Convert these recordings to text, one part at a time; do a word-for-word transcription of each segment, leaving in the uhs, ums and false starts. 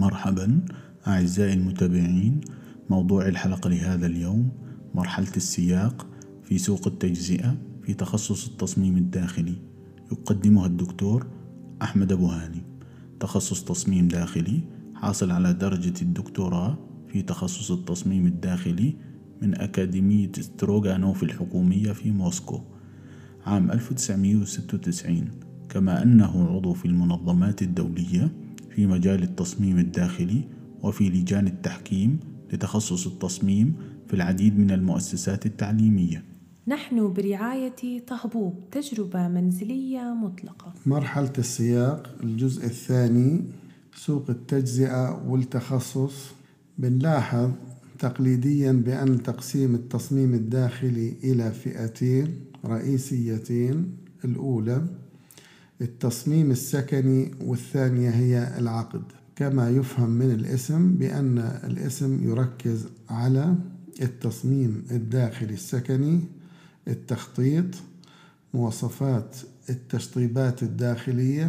مرحبا أعزائي المتابعين. موضوع الحلقة لهذا اليوم: مرحلة السياق في سوق التجزئة في تخصص التصميم الداخلي. يقدمها الدكتور أحمد أبو هاني، تخصص تصميم داخلي، حاصل على درجة الدكتوراه في تخصص التصميم الداخلي من أكاديمية ستروغانوف الحكومية في موسكو عام ألف وتسعمائة وستة وتسعين، كما أنه عضو في المنظمات الدولية في مجال التصميم الداخلي وفي لجان التحكيم لتخصص التصميم في العديد من المؤسسات التعليمية. نحن برعاية طهبوب، تجربة منزلية مطلقة. مرحلة السياق، الجزء الثاني، سوق التجزئة والتخصص. بنلاحظ تقليديا بأن تقسيم التصميم الداخلي إلى فئتين رئيسيتين: الأولى التصميم السكني، والثانية هي العقد. كما يفهم من الاسم بأن الاسم يركز على التصميم الداخلي السكني، التخطيط، مواصفات التشطيبات الداخلية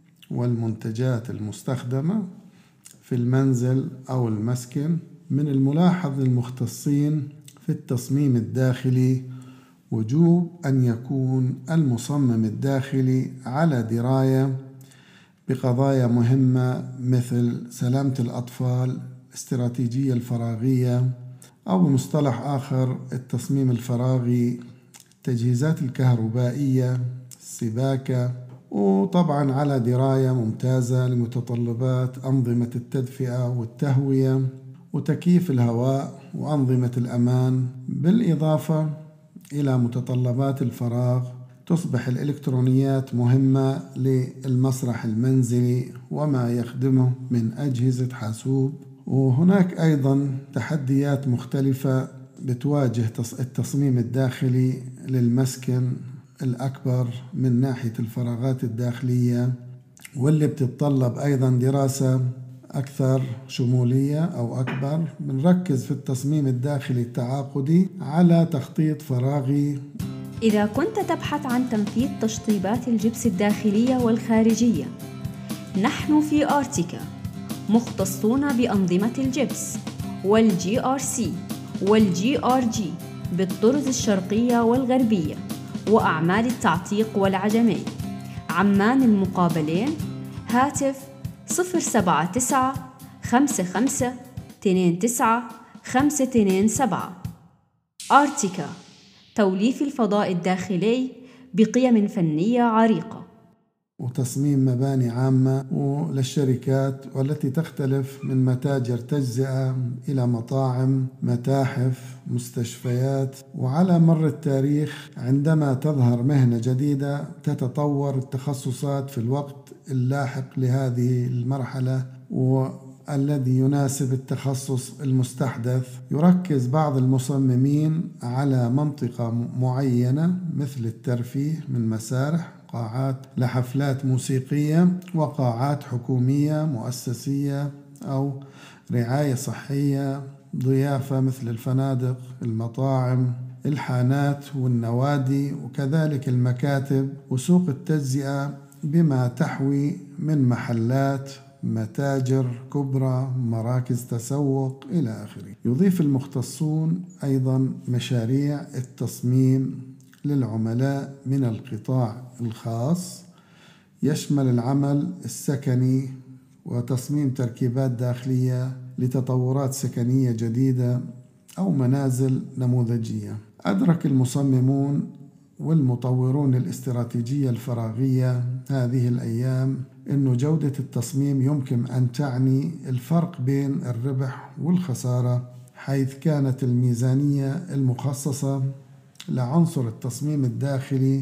والمنتجات المستخدمة في المنزل أو المسكن. من الملاحظ للمختصين في التصميم الداخلي وجوب أن يكون المصمم الداخلي على دراية بقضايا مهمة مثل سلامة الأطفال، الاستراتيجية الفراغية، أو بمصطلح آخر التصميم الفراغي، التجهيزات الكهربائية، السباكة، وطبعا على دراية ممتازة لمتطلبات أنظمة التدفئة والتهوية وتكييف الهواء وأنظمة الأمان، بالإضافة إلى متطلبات الفراغ. تصبح الإلكترونيات مهمة للمسرح المنزلي وما يخدمه من أجهزة حاسوب. وهناك أيضا تحديات مختلفة بتواجه التصميم الداخلي للمسكن الأكبر من ناحية الفراغات الداخلية، واللي بتتطلب أيضا دراسة أكثر شمولية أو أكبر. بنركز في التصميم الداخلي التعاقدي على تخطيط فراغي. إذا كنت تبحث عن تنفيذ تشطيبات الجبس الداخلية والخارجية، نحن في آرتيكا مختصون بأنظمة الجبس والجي آر سي والجي آر جي بالطرز الشرقية والغربية وأعمال التعتيق والعجمي. عمان المقابلين. هاتف صفر سبعة تسعة خمسة خمسة اثنين تسعة خمسة اثنين سبعة. آرتيكا، توليف الفضاء الداخلي بقيم فنية عريقة. وتصميم مباني عامة وللشركات، والتي تختلف من متاجر تجزئة إلى مطاعم، متاحف، مستشفيات. وعلى مر التاريخ عندما تظهر مهنة جديدة تتطور التخصصات في الوقت اللاحق لهذه المرحلة والذي يناسب التخصص المستحدث. يركز بعض المصممين على منطقة معينة مثل الترفيه من مسارح، قاعات لحفلات موسيقية، وقاعات حكومية مؤسسية أو رعاية صحية، ضيافة مثل الفنادق، المطاعم، الحانات والنوادي، وكذلك المكاتب. وسوق التجزئة بما تحوي من محلات، متاجر كبرى، مراكز تسوق إلى آخره. يضيف المختصون أيضا مشاريع التصميم للعملاء من القطاع الخاص، يشمل العمل السكني وتصميم تركيبات داخلية لتطورات سكنية جديدة أو منازل نموذجية. أدرك المصممون والمطورون الاستراتيجية الفراغية هذه الأيام أن جودة التصميم يمكن أن تعني الفرق بين الربح والخسارة، حيث كانت الميزانية المخصصة لعنصر التصميم الداخلي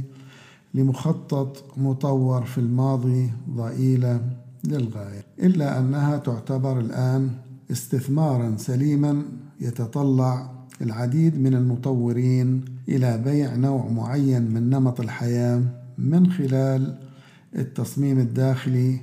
لمخطط مطور في الماضي ضئيلة للغاية، إلا أنها تعتبر الآن استثماراً سليماً يتطلع العديد من المطورين إلى بيع نوع معين من نمط الحياة من خلال التصميم الداخلي،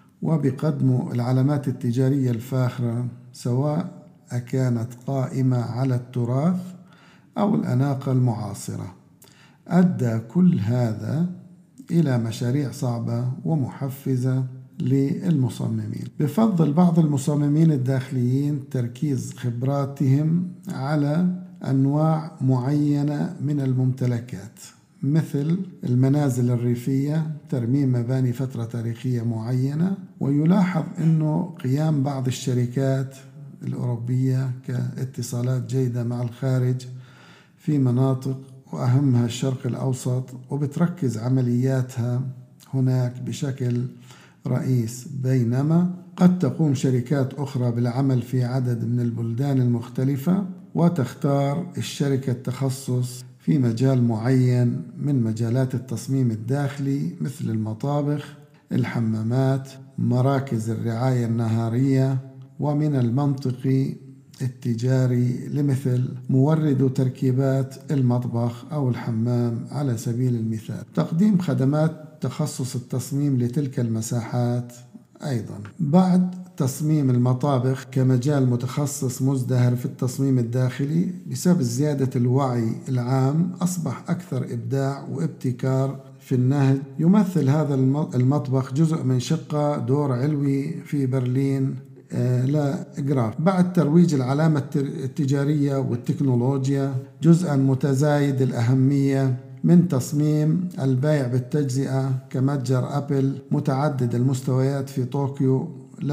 وبقدم العلامات التجارية الفاخرة، سواء كانت قائمة على التراث أو الأناقة المعاصرة. أدى كل هذا إلى مشاريع صعبة ومحفزة للمصممين. بفضل بعض المصممين الداخليين تركيز خبراتهم على أنواع معينة من الممتلكات، مثل المنازل الريفية، ترميم مباني فترة تاريخية معينة. ويلاحظ أنه قيام بعض الشركات الأوروبية كاتصالات جيدة مع الخارج في مناطق وأهمها الشرق الأوسط، وبتركز عملياتها هناك بشكل رئيس، بينما قد تقوم شركات أخرى بالعمل في عدد من البلدان المختلفة وتختار الشركة التخصص في مجال معين من مجالات التصميم الداخلي، مثل المطابخ، الحمامات، مراكز الرعاية النهارية. ومن المنطقي التجاري لمثل مورد تركيبات المطبخ أو الحمام على سبيل المثال، تقديم خدمات تخصص التصميم لتلك المساحات. أيضا بعد تصميم المطابخ كمجال متخصص مزدهر في التصميم الداخلي، بسبب زيادة الوعي العام أصبح أكثر إبداع وابتكار في النهج. يمثل هذا المطبخ جزء من شقة دور علوي في برلين آه لا إجراف. بعد ترويج العلامة التجارية والتكنولوجيا جزءا متزايد الأهمية من تصميم البيع بالتجزئة كمتجر أبل متعدد المستويات في طوكيو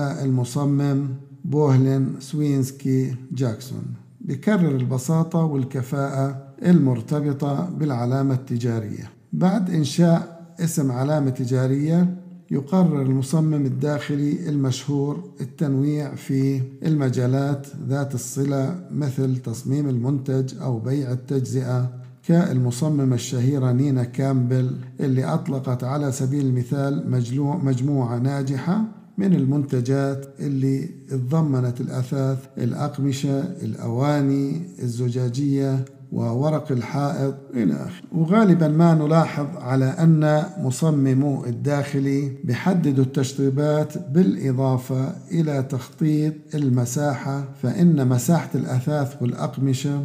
للمصمم بوهلين سوينسكي جاكسون، بكرر البساطة والكفاءة المرتبطة بالعلامة التجارية. بعد إنشاء اسم علامة تجارية، يقرر المصمم الداخلي المشهور التنويع في المجالات ذات الصلة، مثل تصميم المنتج أو بيع التجزئة، كالمصممة الشهيرة نينا كامبل اللي أطلقت على سبيل المثال مجموعة ناجحة من المنتجات اللي اتضمنت الأثاث، الأقمشة، الأواني الزجاجية وورق الحائط إلى آخره. وغالبا ما نلاحظ على أن مصممو الداخلي بيحددوا التشطيبات بالإضافة إلى تخطيط المساحة، فإن مساحة الأثاث والأقمشة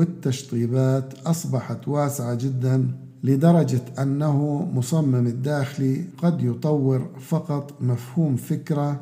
والتشطيبات أصبحت واسعة جدا، لدرجة أنه مصمم الداخلي قد يطور فقط مفهوم فكرة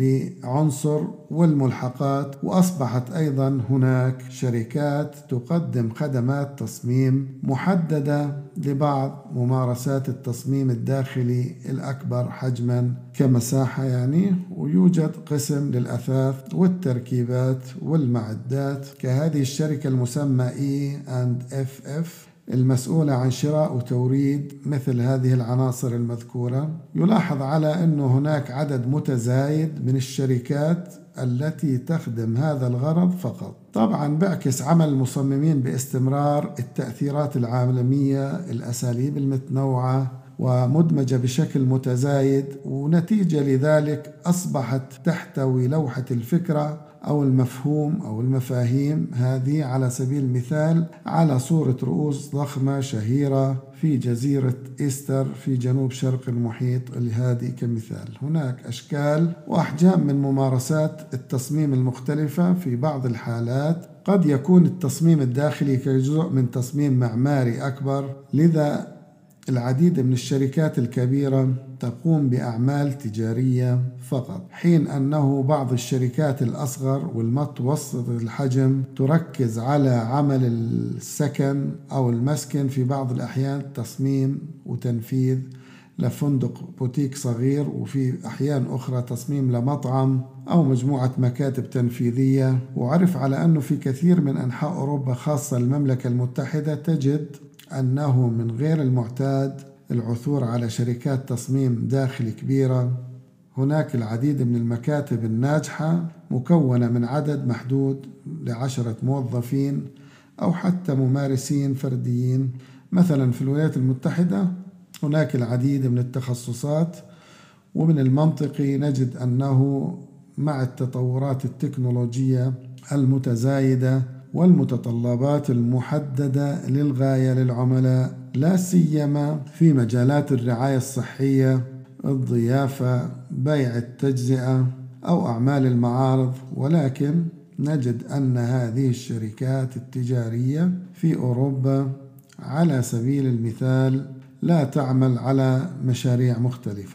لعنصر والملحقات. وأصبحت أيضا هناك شركات تقدم خدمات تصميم محددة لبعض ممارسات التصميم الداخلي الأكبر حجما كمساحة يعني. ويوجد قسم للأثاث والتركيبات والمعدات كهذه الشركة المسمى إي أند إف إف المسؤولة عن شراء وتوريد مثل هذه العناصر المذكورة. يلاحظ على أن هناك عدد متزايد من الشركات التي تخدم هذا الغرض فقط. طبعا بيعكس عمل المصممين باستمرار التأثيرات العالمية، الأساليب المتنوعة ومدمجة بشكل متزايد، ونتيجة لذلك أصبحت تحتوي لوحة الفكرة أو المفهوم أو المفاهيم هذه على سبيل المثال على صورة رؤوس ضخمة شهيرة في جزيرة إيستر في جنوب شرق المحيط الهادي كمثال. هناك أشكال وأحجام من ممارسات التصميم المختلفة. في بعض الحالات قد يكون التصميم الداخلي كجزء من تصميم معماري أكبر، لذا العديد من الشركات الكبيرة تقوم بأعمال تجارية فقط، حين أنه بعض الشركات الأصغر والمتوسطة الحجم تركز على عمل السكن أو المسكن، في بعض الأحيان تصميم وتنفيذ لفندق بوتيك صغير، وفي أحيان أخرى تصميم لمطعم أو مجموعة مكاتب تنفيذية. وعرف على أنه في كثير من أنحاء أوروبا خاصة المملكة المتحدة تجد أنه من غير المعتاد العثور على شركات تصميم داخلي كبيرة. هناك العديد من المكاتب الناجحة مكونة من عدد محدود لعشرة موظفين أو حتى ممارسين فرديين. مثلا في الولايات المتحدة هناك العديد من التخصصات، ومن المنطقي نجد أنه مع التطورات التكنولوجية المتزايدة والمتطلبات المحددة للغاية للعملاء، لا سيما في مجالات الرعاية الصحية، الضيافة، بيع التجزئة أو أعمال المعارض. ولكن نجد أن هذه الشركات التجارية في أوروبا على سبيل المثال لا تعمل على مشاريع مختلفة.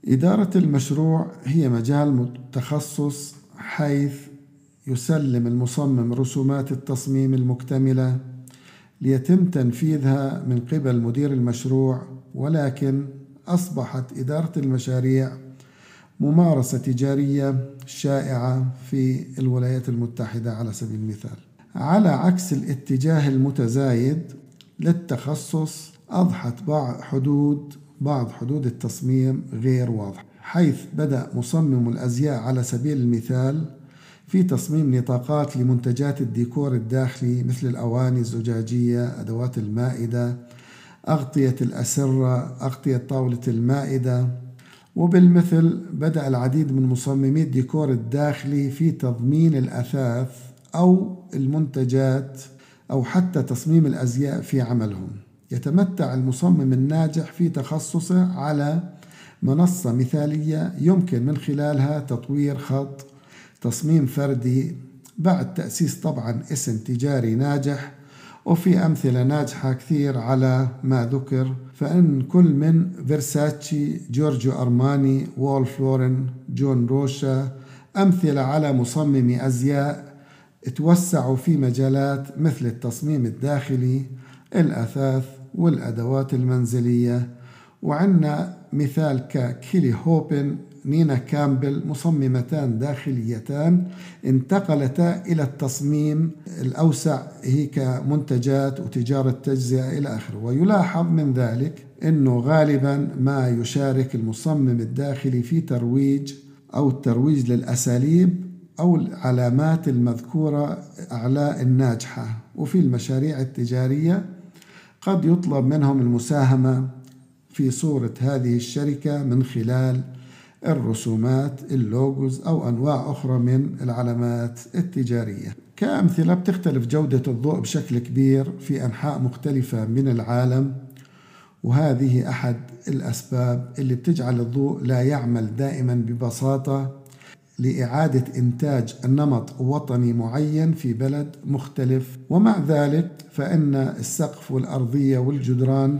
إدارة المشروع هي مجال تخصص حيث يسلم المصمم رسومات التصميم المكتملة ليتم تنفيذها من قبل مدير المشروع، ولكن أصبحت إدارة المشاريع ممارسة تجارية شائعة في الولايات المتحدة على سبيل المثال. على عكس الاتجاه المتزايد للتخصص، أضحت بعض حدود بعض حدود التصميم غير واضحة، حيث بدأ مصمم الأزياء على سبيل المثال في تصميم نطاقات لمنتجات الديكور الداخلي مثل الأواني الزجاجية، أدوات المائدة، أغطية الأسرة، أغطية طاولة المائدة. وبالمثل بدأ العديد من مصممي الديكور الداخلي في تضمين الأثاث أو المنتجات أو حتى تصميم الأزياء في عملهم. يتمتع المصمم الناجح في تخصصه على منصة مثالية يمكن من خلالها تطوير خط تصميم فردي بعد تأسيس طبعا اسم تجاري ناجح، وفي أمثلة ناجحة كثير على ما ذكر، فإن كل من فيرساتشي، جورجيو أرماني، وولف لورن، جون روشا أمثلة على مصممي أزياء توسعوا في مجالات مثل التصميم الداخلي، الأثاث والأدوات المنزلية. وعندنا مثال ككيلي هوبن، نينا كامبل، مصممتان داخليتان انتقلتا إلى التصميم الأوسع هي كمنتجات وتجارة تجزئة إلى آخره. ويلاحظ من ذلك أنه غالبا ما يشارك المصمم الداخلي في ترويج أو الترويج للأساليب أو العلامات المذكورة أعلاء الناجحة. وفي المشاريع التجارية قد يطلب منهم المساهمة في صورة هذه الشركة من خلال الرسومات، اللوجوز أو أنواع أخرى من العلامات التجارية. كأمثلة بتختلف جودة الضوء بشكل كبير في أنحاء مختلفة من العالم، وهذه أحد الأسباب اللي بتجعل الضوء لا يعمل دائما ببساطة لإعادة إنتاج النمط وطني معين في بلد مختلف. ومع ذلك فإن السقف والأرضية والجدران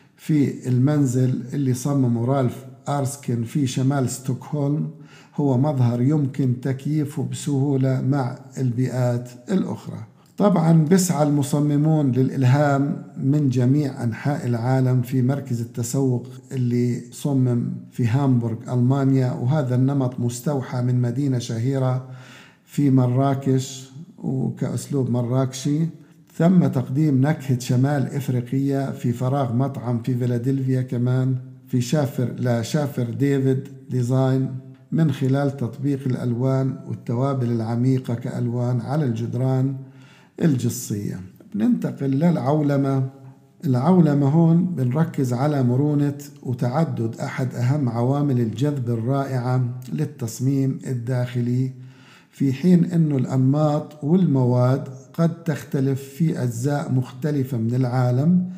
في المنزل اللي صممه رالف أرسكن في شمال ستوكهولم هو مظهر يمكن تكييفه بسهولة مع البيئات الأخرى. طبعا بسعى المصممون للإلهام من جميع أنحاء العالم في مركز التسوق اللي صمم في هامبورغ ألمانيا، وهذا النمط مستوحى من مدينة شهيرة في مراكش وكأسلوب مراكشي. ثم تقديم نكهة شمال إفريقية في فراغ مطعم في فيلادلفيا كمان في شافر لا شافر ديفيد ديزاين من خلال تطبيق الألوان والتوابل العميقة كألوان على الجدران الجصية. بننتقل للعولمة. العولمة هون بنركز على مرونة وتعدد أحد أهم عوامل الجذب الرائعة للتصميم الداخلي، في حين أنه الأنماط والمواد قد تختلف في أجزاء مختلفة من العالم،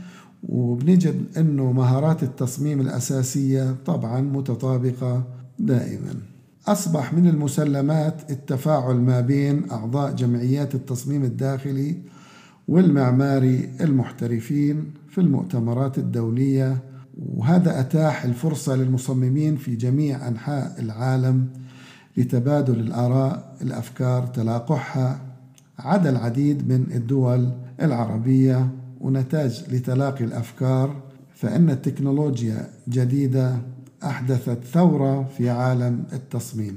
وبنجد أنه مهارات التصميم الأساسية طبعا متطابقة دائما. أصبح من المسلمات التفاعل ما بين أعضاء جمعيات التصميم الداخلي والمعماري المحترفين في المؤتمرات الدولية، وهذا أتاح الفرصة للمصممين في جميع أنحاء العالم لتبادل الآراء، الأفكار، تلاقحها عدا العديد من الدول العربية. ونتاج لتلاقي الأفكار فإن التكنولوجيا جديدة أحدثت ثورة في عالم التصميم،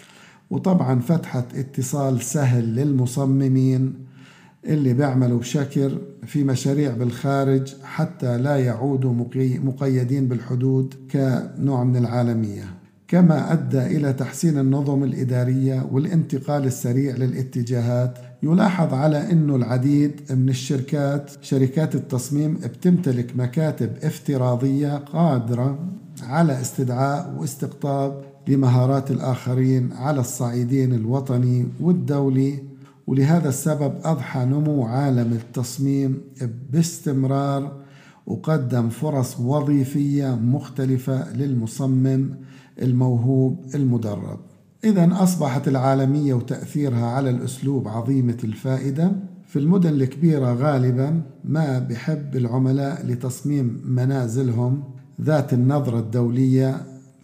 وطبعا فتحت اتصال سهل للمصممين اللي بيعملوا بشكل في مشاريع بالخارج حتى لا يعودوا مقيدين بالحدود كنوع من العالمية، كما أدى إلى تحسين النظم الإدارية والانتقال السريع للاتجاهات. يلاحظ على أنه العديد من الشركات شركات التصميم بتمتلك مكاتب افتراضية قادرة على استدعاء واستقطاب لمهارات الآخرين على الصعيدين الوطني والدولي. ولهذا السبب أضحى نمو عالم التصميم باستمرار وقدم فرص وظيفية مختلفة للمصمم الموهوب المدرب. إذن أصبحت العالمية وتأثيرها على الأسلوب عظيمة الفائدة. في المدن الكبيرة غالبا ما بحب العملاء لتصميم منازلهم ذات النظرة الدولية،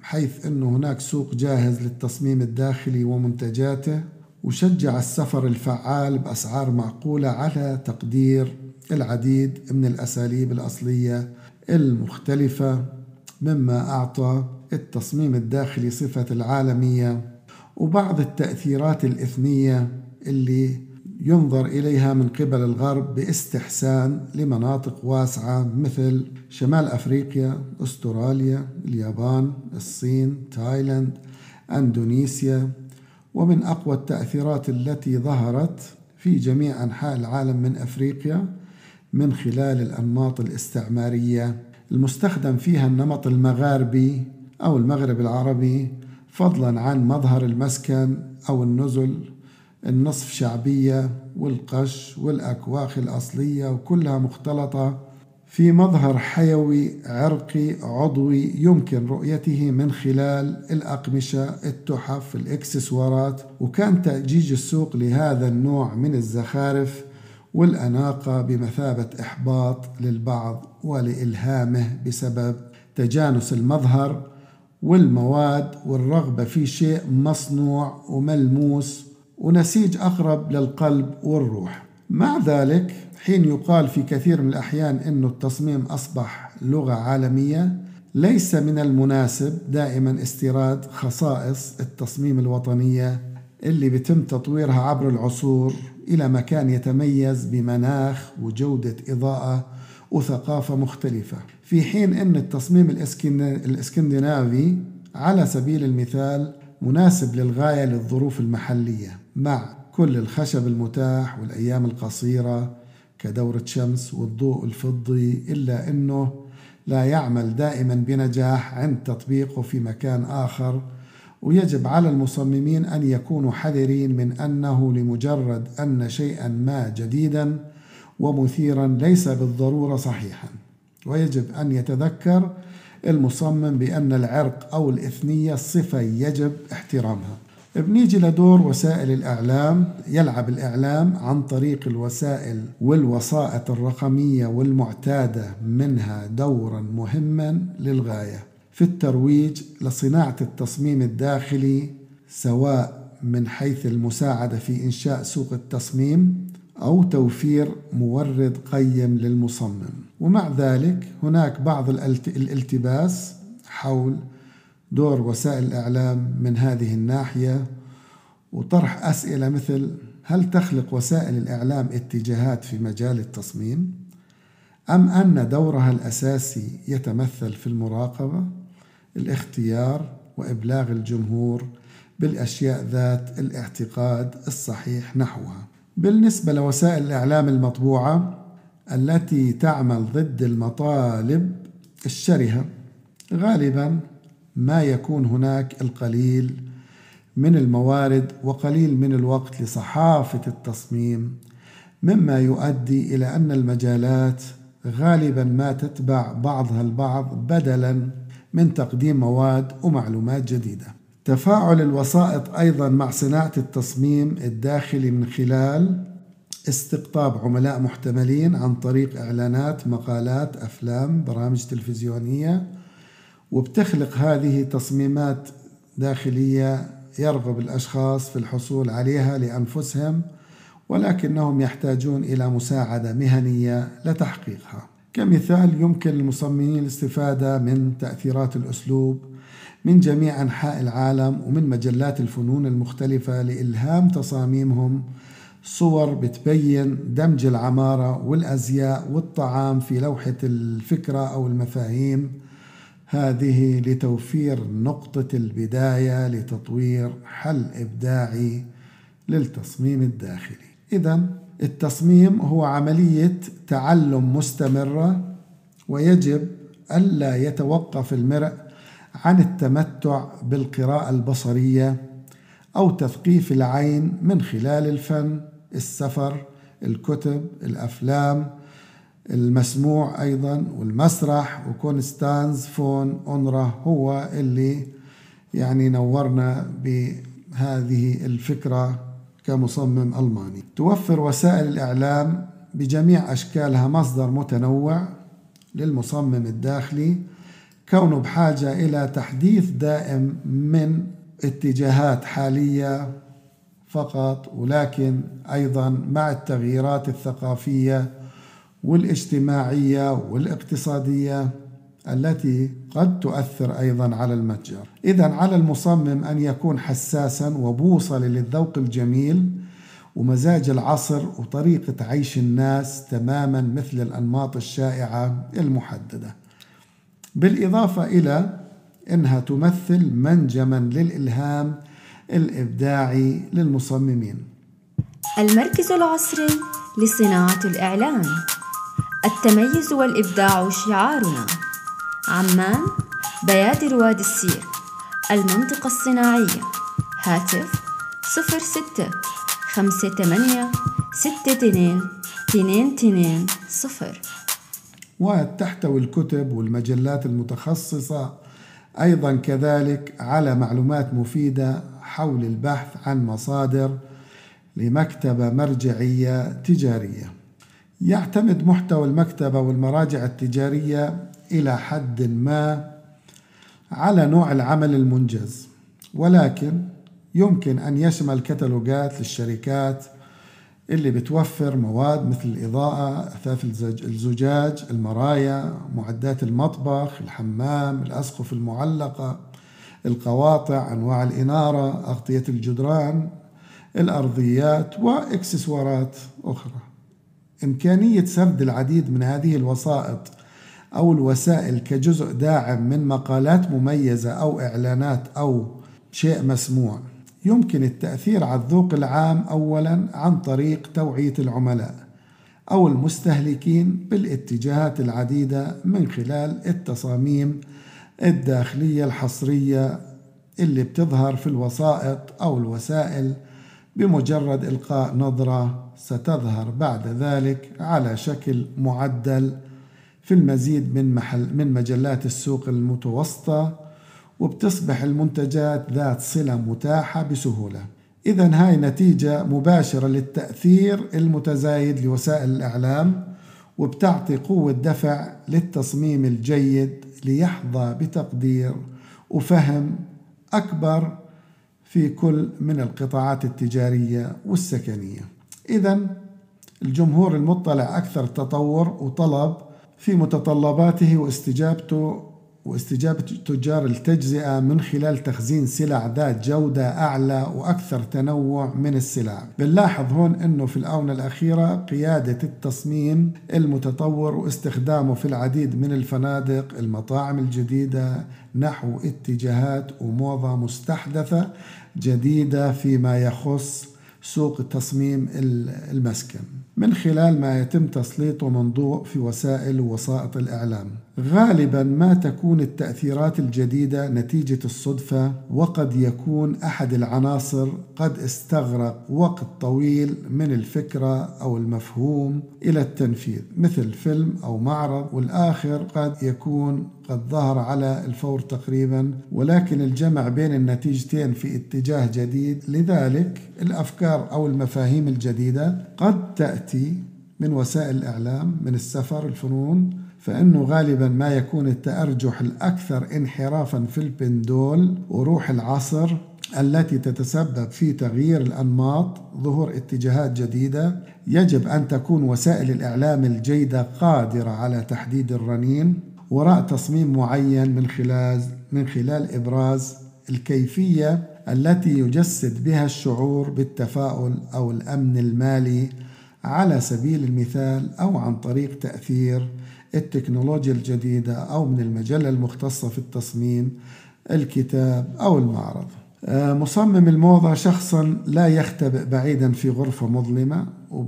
حيث أنه هناك سوق جاهز للتصميم الداخلي ومنتجاته، وشجع السفر الفعال بأسعار معقولة على تقدير العديد من الأساليب الأصلية المختلفة، مما أعطى التصميم الداخلي صفة العالمية وبعض التأثيرات الإثنية اللي ينظر إليها من قبل الغرب باستحسان لمناطق واسعة مثل شمال أفريقيا، أستراليا، اليابان، الصين، تايلاند، أندونيسيا. ومن أقوى التأثيرات التي ظهرت في جميع أنحاء العالم من أفريقيا من خلال الأنماط الاستعمارية المستخدم فيها النمط المغاربي أو المغرب العربي، فضلا عن مظهر المسكن أو النزل النصف شعبية والقش والأكواخ الأصلية، وكلها مختلطة في مظهر حيوي عرقي عضوي يمكن رؤيته من خلال الأقمشة، التحف، الإكسسوارات. وكان تأجيج السوق لهذا النوع من الزخارف والأناقة بمثابة إحباط للبعض ولإلهامه بسبب تجانس المظهر والمواد والرغبة في شيء مصنوع وملموس ونسيج أقرب للقلب والروح. مع ذلك حين يقال في كثير من الأحيان أن التصميم أصبح لغة عالمية، ليس من المناسب دائما استيراد خصائص التصميم الوطنية اللي بتم تطويرها عبر العصور إلى مكان يتميز بمناخ وجودة إضاءة وثقافة مختلفة، في حين أن التصميم الإسكندنافي على سبيل المثال مناسب للغاية للظروف المحلية، مع كل الخشب المتاح والأيام القصيرة كدورة شمس والضوء الفضي، إلا أنه لا يعمل دائما بنجاح عند تطبيقه في مكان آخر. ويجب على المصممين أن يكونوا حذرين من أنه لمجرد أن شيئا ما جديدا ومثيرا ليس بالضرورة صحيحا. ويجب أن يتذكر المصمم بأن العرق أو الإثنية صفة يجب احترامها. بنيجي لدور وسائل الإعلام. يلعب الإعلام عن طريق الوسائل والوسائط الرقمية والمعتادة منها دورا مهما للغاية في الترويج لصناعة التصميم الداخلي، سواء من حيث المساعدة في إنشاء سوق التصميم أو توفير مورد قيم للمصمم. ومع ذلك هناك بعض الالتباس حول دور وسائل الإعلام من هذه الناحية، وطرح أسئلة مثل: هل تخلق وسائل الإعلام اتجاهات في مجال التصميم؟ أم أن دورها الأساسي يتمثل في المراقبة، الاختيار، وإبلاغ الجمهور بالأشياء ذات الاعتقاد الصحيح نحوها؟ بالنسبة لوسائل الإعلام المطبوعة التي تعمل ضد المطالب الشرهة، غالباً ما يكون هناك القليل من الموارد وقليل من الوقت لصحافة التصميم، مما يؤدي إلى أن المجالات غالباً ما تتبع بعضها البعض بدلاً من تقديم مواد ومعلومات جديدة. تفاعل الوسائط أيضاً مع صناعة التصميم الداخلي من خلال استقطاب عملاء محتملين عن طريق إعلانات، مقالات، أفلام، برامج تلفزيونية، وبتخلق هذه تصميمات داخلية يرغب الأشخاص في الحصول عليها لأنفسهم، ولكنهم يحتاجون إلى مساعدة مهنية لتحقيقها. كمثال، يمكن للمصممين الاستفادة من تأثيرات الأسلوب من جميع أنحاء العالم ومن مجلات الفنون المختلفة لإلهام تصاميمهم صور بتبين دمج العمارة والأزياء والطعام في لوحة الفكرة أو المفاهيم، هذه لتوفير نقطة البداية لتطوير حل إبداعي للتصميم الداخلي. إذن التصميم هو عملية تعلم مستمرة، ويجب ألا يتوقف المرء عن التمتع بالقراءة البصرية أو تثقيف العين من خلال الفن، السفر، الكتب، الأفلام، المسموع أيضا، والمسرح. وكونستانز فون أونرا هو اللي يعني نورنا بهذه الفكرة كمصمم ألماني. توفر وسائل كونه بحاجة إلى تحديث دائم من اتجاهات حالية فقط، ولكن أيضا مع التغييرات الثقافية والاجتماعية والاقتصادية التي قد تؤثر أيضا على المتجر. إذن على المصمم أن يكون حساسا وبوصلة للذوق الجميل ومزاج العصر وطريقة عيش الناس تماما مثل الأنماط الشائعة المحددة، بالإضافة إلى أنها تمثل منجما للإلهام الإبداعي للمصممين. المركز العصري لصناعة الإعلان، التميز والإبداع شعارنا. عمان، بيادر وادي السير، المنطقة الصناعية. هاتف صفر ستة خمسة ثمانية ستة اثنين اثنين اثنين صفر. وتحتوي الكتب والمجلات المتخصصة أيضا كذلك على معلومات مفيدة حول البحث عن مصادر لمكتبة مرجعية تجارية. يعتمد محتوى المكتبة والمراجع التجارية إلى حد ما على نوع العمل المنجز، ولكن يمكن أن يشمل كتالوجات للشركات اللي بتوفر مواد مثل الإضاءة، أثاث الزجاج، المرايا، معدات المطبخ، الحمام، الأسقف المعلقة، القواطع، أنواع الإنارة، أغطية الجدران، الأرضيات، وإكسسوارات أخرى. إمكانية سرد العديد من هذه الوسائط أو الوسائل كجزء داعم من مقالات مميزة أو إعلانات أو شيء مسموع. يمكن التأثير على الذوق العام أولا عن طريق توعية العملاء أو المستهلكين بالاتجاهات العديدة من خلال التصاميم الداخلية الحصرية اللي بتظهر في الوسائط أو الوسائل بمجرد إلقاء نظرة ستظهر بعد ذلك على شكل معدل في المزيد من محل من مجلات السوق المتوسطة، وبتصبح المنتجات ذات صلة متاحة بسهولة. إذن هاي نتيجة مباشرة للتأثير المتزايد لوسائل الإعلام، وبتعطي قوة دفع للتصميم الجيد ليحظى بتقدير وفهم أكبر في كل من القطاعات التجارية والسكنية. إذن الجمهور المطلع أكثر تطور وطلب في متطلباته واستجابته واستجابة تجار التجزئة من خلال تخزين سلع ذات جودة أعلى وأكثر تنوع من السلع. بنلاحظ هون أنه في الآونة الأخيرة قيادة التصميم المتطور واستخدامه في العديد من الفنادق، المطاعم الجديدة، نحو اتجاهات وموضة مستحدثة جديدة فيما يخص سوق تصميم المسكن من خلال ما يتم تسليطه من ضوء في وسائل ووسائط الإعلام. غالبا ما تكون التأثيرات الجديدة نتيجة الصدفة، وقد يكون أحد العناصر قد استغرق وقت طويل من الفكرة أو المفهوم إلى التنفيذ، مثل فيلم أو معرض، والآخر قد يكون قد ظهر على الفور تقريبا، ولكن الجمع بين النتيجتين في اتجاه جديد. لذلك الأفكار أو المفاهيم الجديدة قد تأتي من وسائل الإعلام، من السفر، الفنون، فإنه غالبا ما يكون التأرجح الأكثر انحرافا في البندول وروح العصر التي تتسبب في تغيير الأنماط، ظهور اتجاهات جديدة. يجب أن تكون وسائل الإعلام الجيدة قادرة على تحديد الرنين وراء تصميم معين من خلال من خلال إبراز الكيفية التي يجسد بها الشعور بالتفاؤل أو الأمن المالي على سبيل المثال، أو عن طريق تأثير التكنولوجيا الجديدة، أو من المجلة المختصة في التصميم، الكتاب أو المعرض. مصمم الموضة شخصا لا يختبئ بعيدا في غرفة مظلمة،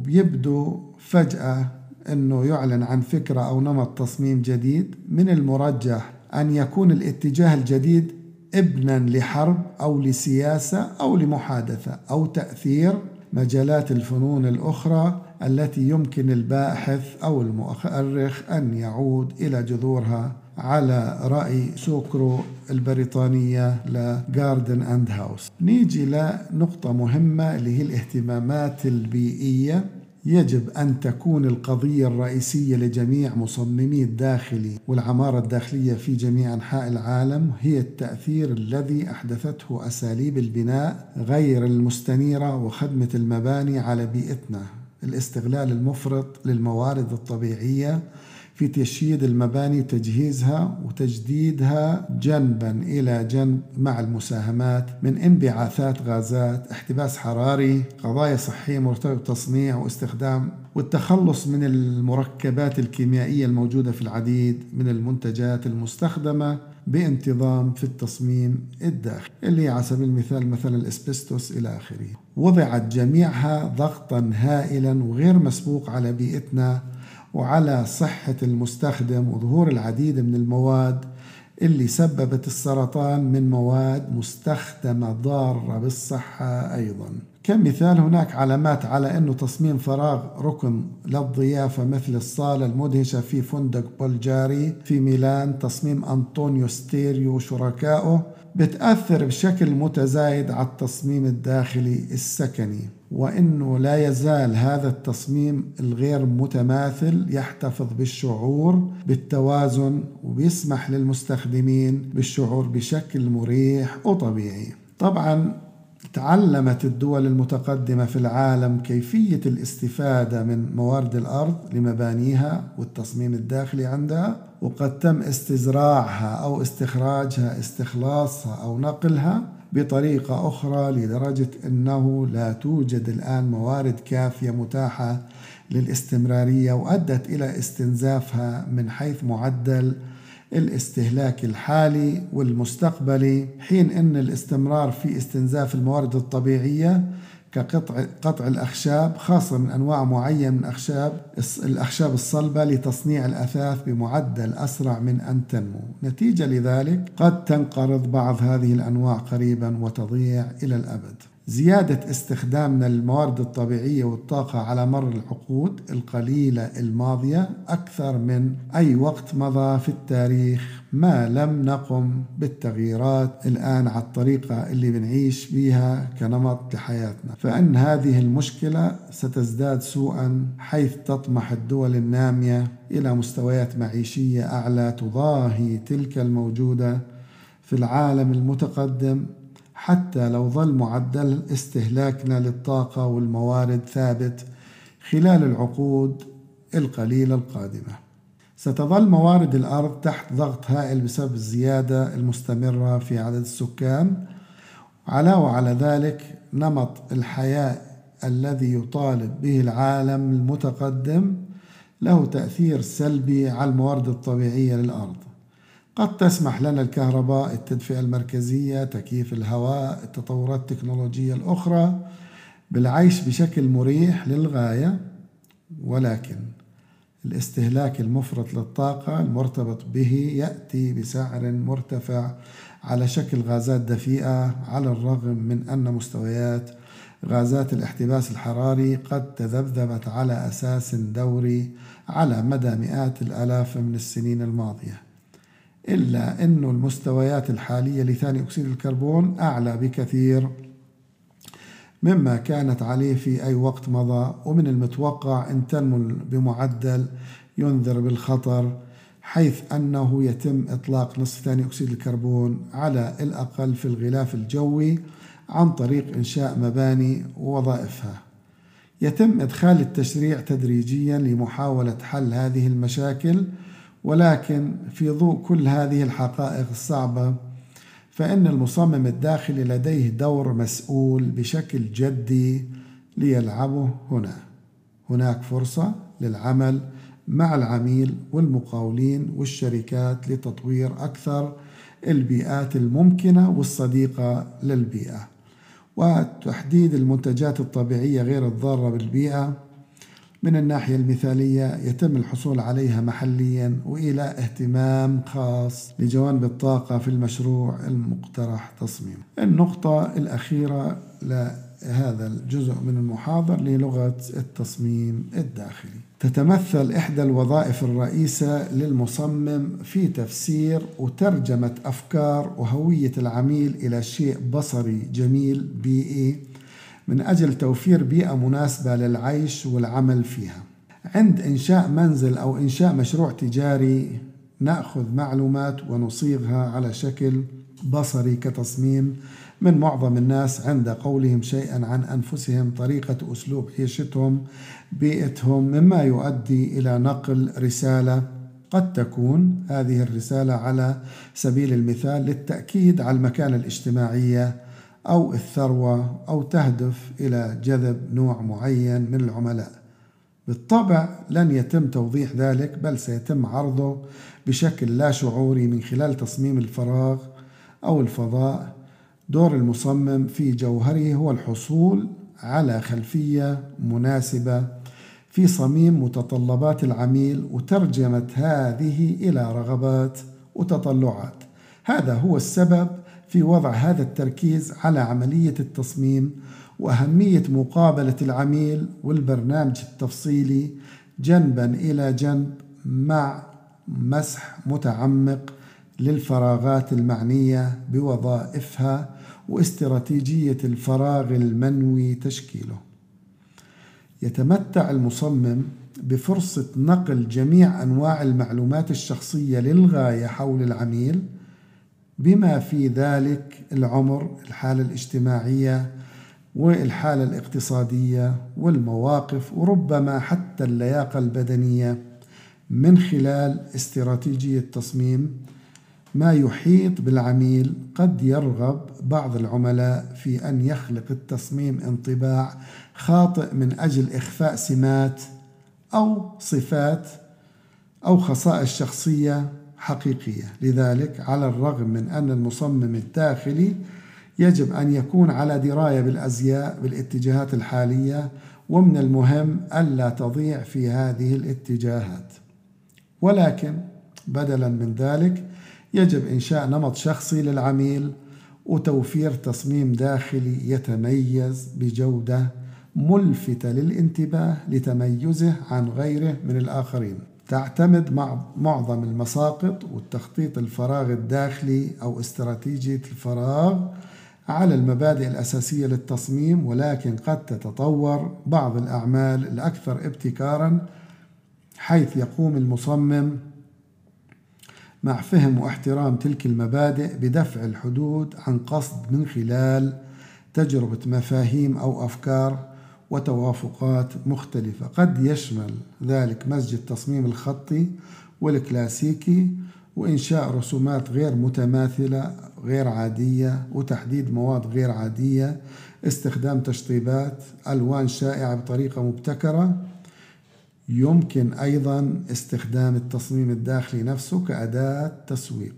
وبيبدو فجأة أنه يعلن عن فكرة أو نمط تصميم جديد. من المرجح أن يكون الاتجاه الجديد ابنا لحرب أو لسياسة أو لمحادثة أو تأثير مجالات الفنون الأخرى التي يمكن الباحث أو المؤرخ أن يعود إلى جذورها على رأي سوكرو البريطانية لجاردن أند هاوس. نيجي لنقطة مهمة اللي هي الاهتمامات البيئية. يجب أن تكون القضية الرئيسية لجميع مصممي الداخلي والعمارة الداخلية في جميع أنحاء العالم هي التأثير الذي أحدثته أساليب البناء غير المستنيرة وخدمة المباني على بيئتنا، الاستغلال المفرط للموارد الطبيعية في تشييد المباني وتجهيزها وتجديدها جنبا إلى جنب مع المساهمات من انبعاثات غازات، احتباس حراري، قضايا صحية مرتبطة بالتصنيع واستخدام والتخلص من المركبات الكيميائية الموجودة في العديد من المنتجات المستخدمة بانتظام في التصميم الداخلي اللي على سبيل المثال مثلا الاسبستوس إلى آخره. وضعت جميعها ضغطا هائلا وغير مسبوق على بيئتنا وعلى صحة المستخدم، وظهور العديد من المواد اللي سببت السرطان من مواد مستخدمة ضارة بالصحة أيضا. كمثال هناك علامات على أنه تصميم فراغ ركن للضيافة مثل الصالة المدهشة في فندق بولجاري في ميلان تصميم أنطونيو ستيريو وشركائه بتأثر بشكل متزايد على التصميم الداخلي السكني، وإنه لا يزال هذا التصميم الغير متماثل يحتفظ بالشعور بالتوازن وبيسمح للمستخدمين بالشعور بشكل مريح وطبيعي. طبعا تعلمت الدول المتقدمة في العالم كيفية الاستفادة من موارد الأرض لمبانيها والتصميم الداخلي عندها، وقد تم استزراعها أو استخراجها استخلاصها أو نقلها بطريقة أخرى لدرجة أنه لا توجد الآن موارد كافية متاحة للاستمرارية، وأدت إلى استنزافها من حيث معدل الاستهلاك الحالي والمستقبلي، حين أن الاستمرار في استنزاف الموارد الطبيعية كقطع قطع الأخشاب خاصة من أنواع معينة من أخشاب الأخشاب الصلبة لتصنيع الأثاث بمعدل أسرع من أن تنمو. نتيجة لذلك قد تنقرض بعض هذه الأنواع قريبا وتضيع إلى الأبد. زيادة استخدامنا للموارد الطبيعية والطاقة على مر العقود القليلة الماضية أكثر من أي وقت مضى في التاريخ ما لم نقم بالتغييرات الآن على الطريقة اللي بنعيش بها كنمط لحياتنا، فإن هذه المشكلة ستزداد سوءا حيث تطمح الدول النامية إلى مستويات معيشية أعلى تضاهي تلك الموجودة في العالم المتقدم، حتى لو ظل معدل استهلاكنا للطاقة والموارد ثابت خلال العقود القليلة القادمة. ستظل موارد الأرض تحت ضغط هائل بسبب الزيادة المستمرة في عدد السكان. علاوة على ذلك نمط الحياة الذي يطالب به العالم المتقدم له تأثير سلبي على الموارد الطبيعية للأرض. قد تسمح لنا الكهرباء، التدفئة المركزية، تكييف الهواء، التطورات التكنولوجية الأخرى بالعيش بشكل مريح للغاية، ولكن الاستهلاك المفرط للطاقة المرتبط به يأتي بسعر مرتفع على شكل غازات دفيئة، على الرغم من أن مستويات غازات الاحتباس الحراري قد تذبذبت على أساس دوري على مدى مئات الآلاف من السنين الماضية، إلا أن المستويات الحالية لثاني أكسيد الكربون أعلى بكثير مما كانت عليه في أي وقت مضى، ومن المتوقع أن تنمو بمعدل ينذر بالخطر، حيث أنه يتم إطلاق نصف ثاني أكسيد الكربون على الأقل في الغلاف الجوي عن طريق إنشاء مباني ووظائفها. يتم إدخال التشريع تدريجيا لمحاولة حل هذه المشاكل، ولكن في ضوء كل هذه الحقائق الصعبة فإن المصمم الداخلي لديه دور مسؤول بشكل جدي ليلعبه هنا. هناك فرصة للعمل مع العميل والمقاولين والشركات لتطوير أكثر البيئات الممكنة والصديقة للبيئة، وتحديد المنتجات الطبيعية غير الضارة بالبيئة من الناحية المثالية يتم الحصول عليها محليا، وإلى اهتمام خاص لجوانب الطاقة في المشروع المقترح تصميمه. النقطة الأخيرة لهذا الجزء من المحاضر للغة التصميم الداخلي. تتمثل إحدى الوظائف الرئيسة للمصمم في تفسير وترجمة أفكار وهوية العميل إلى شيء بصري جميل بيئي من أجل توفير بيئة مناسبة للعيش والعمل فيها. عند إنشاء منزل أو إنشاء مشروع تجاري نأخذ معلومات ونصيغها على شكل بصري كتصميم من معظم الناس عند قولهم شيئا عن أنفسهم، طريقة أسلوب عيشتهم، بيئتهم، مما يؤدي إلى نقل رسالة قد تكون هذه الرسالة على سبيل المثال للتأكيد على المكانة الاجتماعية أو الثروة، أو تهدف إلى جذب نوع معين من العملاء. بالطبع لن يتم توضيح ذلك، بل سيتم عرضه بشكل لا شعوري من خلال تصميم الفراغ أو الفضاء. دور المصمم في جوهره هو الحصول على خلفية مناسبة في صميم متطلبات العميل وترجمة هذه إلى رغبات وتطلعات. هذا هو السبب في وضع هذا التركيز على عملية التصميم وأهمية مقابلة العميل والبرنامج التفصيلي جنبا إلى جنب مع مسح متعمق للفراغات المعنية بوظائفها واستراتيجية الفراغ المنوي تشكيله. يتمتع المصمم بفرصة نقل جميع أنواع المعلومات الشخصية للغاية حول العميل، بما في ذلك العمر، الحالة الاجتماعية والحالة الاقتصادية والمواقف، وربما حتى اللياقة البدنية، من خلال استراتيجية تصميم ما يحيط بالعميل. قد يرغب بعض العملاء في أن يخلق التصميم انطباع خاطئ من أجل إخفاء سمات أو صفات أو خصائص شخصية حقيقية. لذلك على الرغم من أن المصمم الداخلي يجب أن يكون على دراية بالأزياء بالاتجاهات الحالية، ومن المهم ألا تضيع في هذه الاتجاهات، ولكن بدلا من ذلك يجب إنشاء نمط شخصي للعميل وتوفير تصميم داخلي يتميز بجودة ملفتة للانتباه لتميزه عن غيره من الآخرين. تعتمد مع معظم المساقط والتخطيط الفراغ الداخلي أو استراتيجية الفراغ على المبادئ الأساسية للتصميم، ولكن قد تتطور بعض الأعمال الأكثر ابتكاراً، حيث يقوم المصمم مع فهم واحترام تلك المبادئ بدفع الحدود عن قصد من خلال تجربة مفاهيم أو أفكار وتوافقات مختلفة. قد يشمل ذلك مزج التصميم الخطي والكلاسيكي وإنشاء رسومات غير متماثلة غير عادية وتحديد مواد غير عادية، استخدام تشطيبات ألوان شائعة بطريقة مبتكرة. يمكن أيضا استخدام التصميم الداخلي نفسه كأداة تسويق.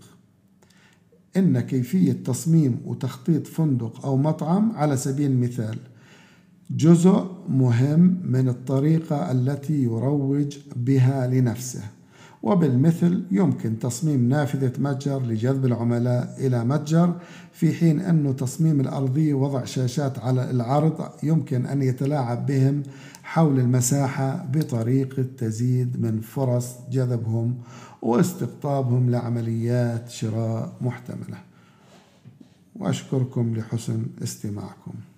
إن كيفية تصميم وتخطيط فندق أو مطعم على سبيل المثال جزء مهم من الطريقة التي يروج بها لنفسه، وبالمثل يمكن تصميم نافذة متجر لجذب العملاء إلى متجر، في حين أن تصميم الأرضية ووضع شاشات على العرض يمكن أن يتلاعب بهم حول المساحة بطريقة تزيد من فرص جذبهم واستقطابهم لعمليات شراء محتملة. وأشكركم لحسن استماعكم.